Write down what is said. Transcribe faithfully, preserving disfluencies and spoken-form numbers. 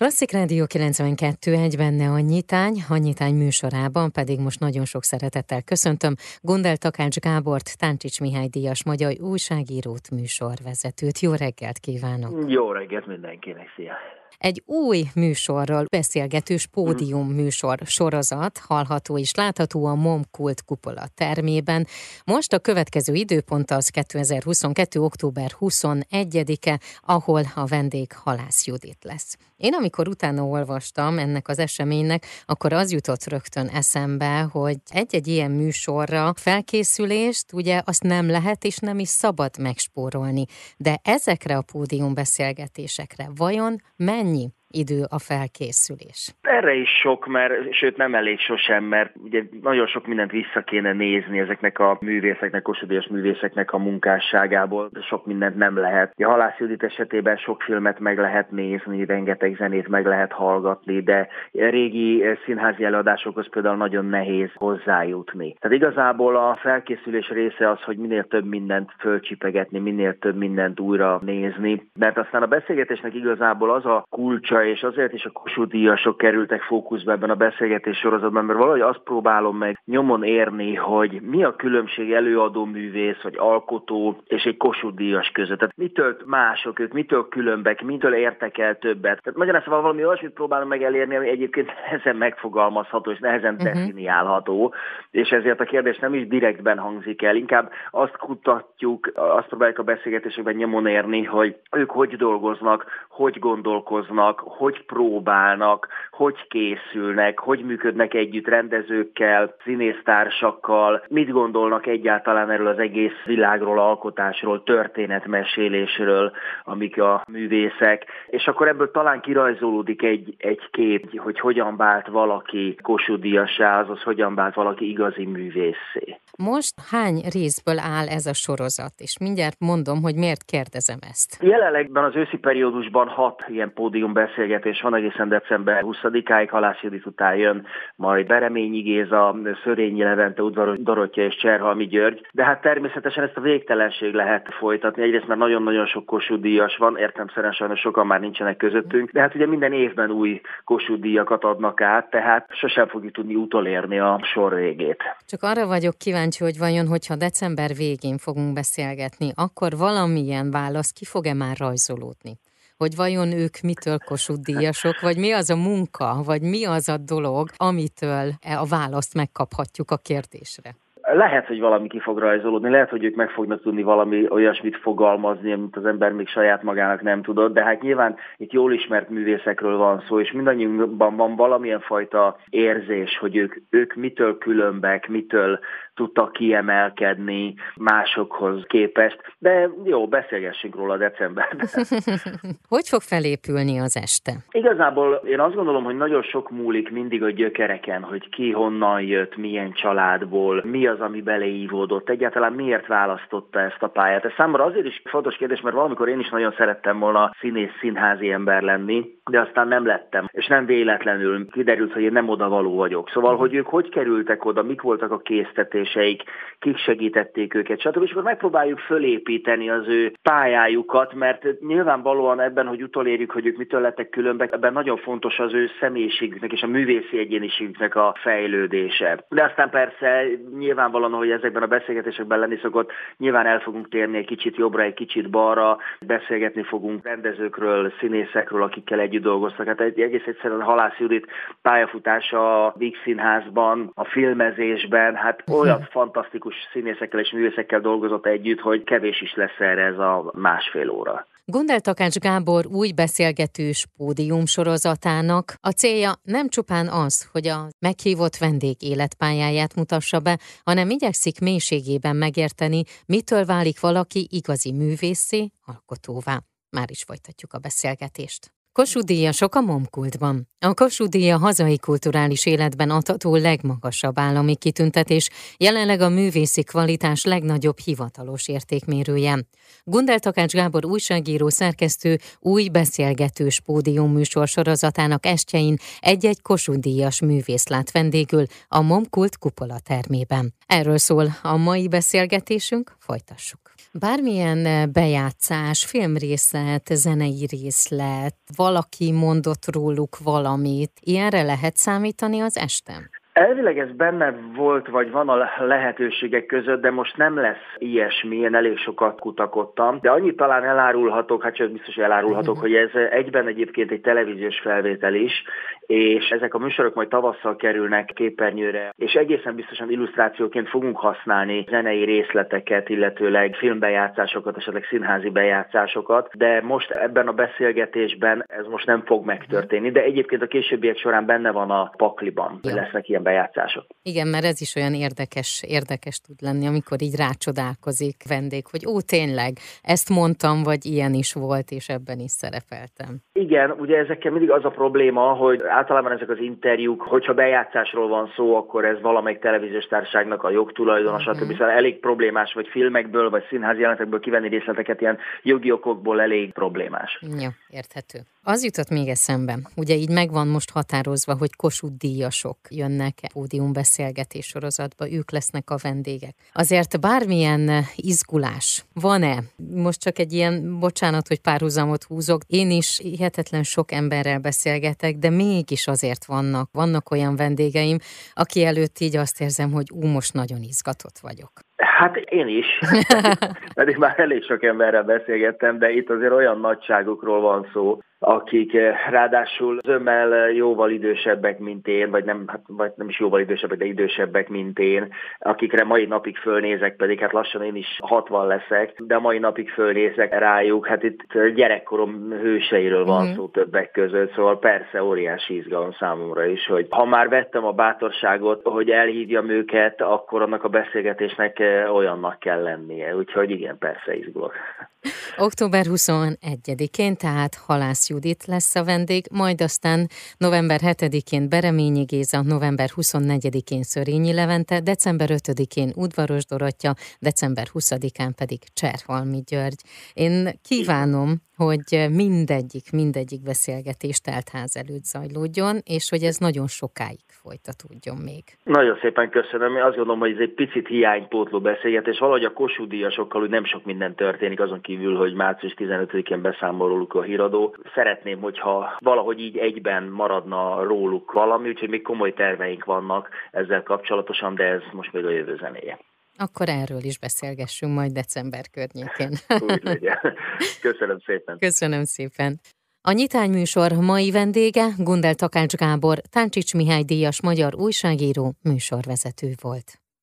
Klasszik Rádió kilencvenkettő egy, benne a Nyitány, a Nyitány műsorában pedig most nagyon sok szeretettel köszöntöm Gundel Takács Gábort, Táncsics Mihály díjas magyar újságírót, műsorvezetőt. Jó reggelt kívánok! Jó reggelt mindenkinek, szia! Egy új műsorral, beszélgetős pódium műsor sorozat, hallható és látható a MOM Kult Kupola termében. Most a következő időpont az kétezer-huszonkettő. október huszonegyedike, ahol a vendég Halász Judit lesz. Én amikor utána olvastam ennek az eseménynek, akkor az jutott rögtön eszembe, hogy egy-egy ilyen műsorra felkészülést ugye azt nem lehet és nem is szabad megspórolni. De ezekre a pódiumbeszélgetésekre vajon mennyi idő a felkészülés? Erre is sok, mert sőt nem elég sosem, mert ugye nagyon sok mindent vissza kéne nézni ezeknek a művészeknek, Kossuth Díjas művészeknek a munkásságából, de sok mindent nem lehet. A Halász Judit esetében sok filmet meg lehet nézni, rengeteg zenét meg lehet hallgatni, de régi színházi előadásokhoz például nagyon nehéz hozzájutni. Tehát igazából a felkészülés része az, hogy minél több mindent fölcsipegetni, minél több mindent újra nézni, mert aztán a beszélgetésnek igazából az a kulcsa, és azért is a Kossuth díjasok kerültek fókuszba ebben a beszélgetés sorozatban, mert valahogy azt próbálom meg nyomon érni, hogy mi a különbség előadó művész, vagy alkotó és egy Kossuth díjas között. Tehát mitől mások ők, mitől különbek, mitől értek el többet. Tehát magyarán szóval valami olyasmit próbálom meg elérni, ami egyébként nehezen megfogalmazható és nehezen uh-huh. definiálható, és ezért a kérdés nem is direktben hangzik el, inkább azt kutatjuk, azt próbáljuk a beszélgetésekben nyomon érni, hogy ők hogy dolgoznak, hogy gondolkoznak, hogy próbálnak, hogy készülnek, hogy működnek együtt rendezőkkel, színésztársakkal, mit gondolnak egyáltalán erről az egész világról, alkotásról, történetmesélésről, amik a művészek, és akkor ebből talán kirajzolódik egy, egy kép, hogy hogyan vált valaki Kossuth díjassá, azaz hogyan vált valaki igazi művészé. Most hány részből áll ez a sorozat? És mindjárt mondom, hogy miért kérdezem ezt. Jelenlegben az őszi periódusban hat ilyen pódiumbeszélgetés van, egészen december huszadikáig, Halász Judit után jön majd Bereményi Géza, Szörényi Levente, Udvaros Dorottya és Cserhalmi György, de hát természetesen ezt a végtelenség lehet folytatni. Egyrészt már nagyon-nagyon sok Kossuth díjas van, értelemszerűen sajnos sokan már nincsenek közöttünk, de hát ugye minden évben új Kossuth díjakat adnak át, tehát sosem fogjuk tudni utolérni a sor végét. Csak arra vagyok kíváncsi, hogy vajon, hogyha december végén fogunk beszélgetni, akkor valamilyen válasz ki fog-e már rajzolódni? Hogy vajon ők mitől Kossuth díjasok, vagy mi az a munka, vagy mi az a dolog, amitől a választ megkaphatjuk a kérdésre? Lehet, hogy valami ki fog rajzolódni, lehet, hogy ők meg fognak tudni valami olyasmit fogalmazni, amit az ember még saját magának nem tudott, de hát nyilván itt jól ismert művészekről van szó, és mindannyiunkban van valamilyen fajta érzés, hogy ők, ők mitől különbek, mitől tudtak kiemelkedni másokhoz képest, de jó, beszélgessünk róla decemberben. Hogy fog felépülni az este? Igazából én azt gondolom, hogy nagyon sok múlik mindig a gyökereken, hogy ki honnan jött, milyen családból, mi az, ami beleívódott, egyáltalán miért választotta ezt a pályát. Ez számomra azért is fontos kérdés, mert valamikor én is nagyon szerettem volna színész, színházi ember lenni, de aztán nem lettem, és nem véletlenül kiderült, hogy én nem odavaló vagyok. Szóval, hogy ők hogy kerültek oda, mik voltak a késztetéseik, kik segítették őket, stb. És akkor megpróbáljuk fölépíteni az ő pályájukat, mert nyilvánvalóan ebben, hogy utolérjük, hogy ők mitől lettek különbek, ebben nagyon fontos az ő személyiségüknek és a művészi egyéniségüknek a fejlődése. De aztán persze nyilvánvalóan, hogy ezekben a beszélgetésekben lenni szokott, nyilván el fogunk térni egy kicsit jobbra, egy kicsit balra, beszélgetni fogunk rendezőkről, színészekről, akikkel együtt dolgoztak. Hát egy, egész egyszerűen Halász Judit pályafutása a Víg Színházban, a filmezésben, hát olyan fantasztikus színészekkel és művészekkel dolgozott együtt, hogy kevés is lesz erre ez a másfél óra. Gundel Takács Gábor új beszélgetős pódium sorozatának a célja nem csupán az, hogy a meghívott vendég életpályáját mutassa be, hanem igyekszik mélységében megérteni, mitől válik valaki igazi művészé, alkotóvá. Már is folytatjuk a beszélgetést. Kossuth díjasok a MOM Kultban. A Kossuth díj a hazai kulturális életben adható legmagasabb állami kitüntetés, jelenleg a művészi kvalitás legnagyobb hivatalos értékmérője. Gundel Takács Gábor újságíró, szerkesztő új beszélgetős pódiumműsor sorozatának estjein egy-egy Kossuth díjas művész lát vendégül a MOM Kult Kupola termében. Erről szól a mai beszélgetésünk, folytassuk. Bármilyen bejátszás, filmrészlet, zenei részlet, valaki mondott róluk valamit, ilyenre lehet számítani az esten? Elvileg ez benne volt, vagy van a lehetőségek között, de most nem lesz ilyesmi, én elég sokat kutakodtam. De annyit talán elárulhatok, hát csak biztos elárulhatok, hogy ez egyben egyébként egy televíziós felvétel is, és ezek a műsorok majd tavasszal kerülnek képernyőre, és egészen biztosan illusztrációként fogunk használni zenei részleteket, illetőleg filmbejátszásokat, esetleg színházi bejátszásokat, de most ebben a beszélgetésben ez most nem fog megtörténni, de egyébként a későbbiek során benne van a pakliban, hogy lesznek ilyen bejátszások. Igen, mert ez is olyan érdekes, érdekes tud lenni, amikor így rácsodálkozik vendég, hogy ó, tényleg, ezt mondtam, vagy ilyen is volt, és ebben is szerepeltem. Igen, ugye ezekkel mindig az a probléma, hogy általában ezek az interjúk, hogyha bejátszásról van szó, akkor ez valamelyik televíziós társaságnak a jogtulajdona, uh-huh. stb. Szóval elég problémás, vagy filmekből, vagy színházi jelenetekből kivenni részleteket, ilyen jogi okokból elég problémás. Ja, érthető. Az jutott még eszembe, ugye így megvan most határozva, hogy Kossuth díjasok jönnek pódiumbeszélgetés sorozatba, ők lesznek a vendégek. Azért bármilyen izgulás van-e? Most csak egy ilyen, bocsánat, hogy párhuzamot húzok, én is hihetetlen sok emberrel beszélgetek, de mégis azért vannak, vannak olyan vendégeim, aki előtt így azt érzem, hogy ú, most nagyon izgatott vagyok. Hát én is, pedig már elég sok emberrel beszélgettem, de itt azért olyan nagyságokról van szó, akik ráadásul zömmel jóval idősebbek, mint én, vagy nem, hát, vagy nem is jóval idősebbek, de idősebbek, mint én, akikre mai napig fölnézek, pedig hát lassan én is hatvan leszek, de mai napig fölnézek rájuk, hát itt gyerekkorom hőseiről van mm. szó többek között, szóval persze óriási izgalom számomra is, hogy ha már vettem a bátorságot, hogy elhívjam őket, akkor annak a beszélgetésnek olyannak kell lennie, úgyhogy igen, persze izgulok. október huszonegyedikén, tehát Halász Judit lesz a vendég, majd aztán november hetedikén Bereményi Géza, november huszonnegyedikén Szörényi Levente, december ötödikén Udvaros Dorottya, december huszadikán pedig Cserhalmi György. Én kívánom, hogy mindegyik, mindegyik beszélgetés teltház előtt zajlódjon, és hogy ez nagyon sokáig folytatódjon még. Nagyon szépen köszönöm. Én azt gondolom, hogy ez egy picit hiánypótló beszélgetés. Valahogy a Kossuth díjasokkal úgy nem sok minden történik, azon kívül, hogy március tizenötödikén beszámol róluk a híradó. Szeretném, hogyha valahogy így egyben maradna róluk valami, úgyhogy még komoly terveink vannak ezzel kapcsolatosan, de ez most még a jövő zenéje. Akkor erről is beszélgessünk majd december környékén. Úgy legyen. Köszönöm szépen. Köszönöm szépen. A nyitányműsor mai vendége Gundel Takács Gábor, Táncsics Mihály díjas magyar újságíró, műsorvezető volt.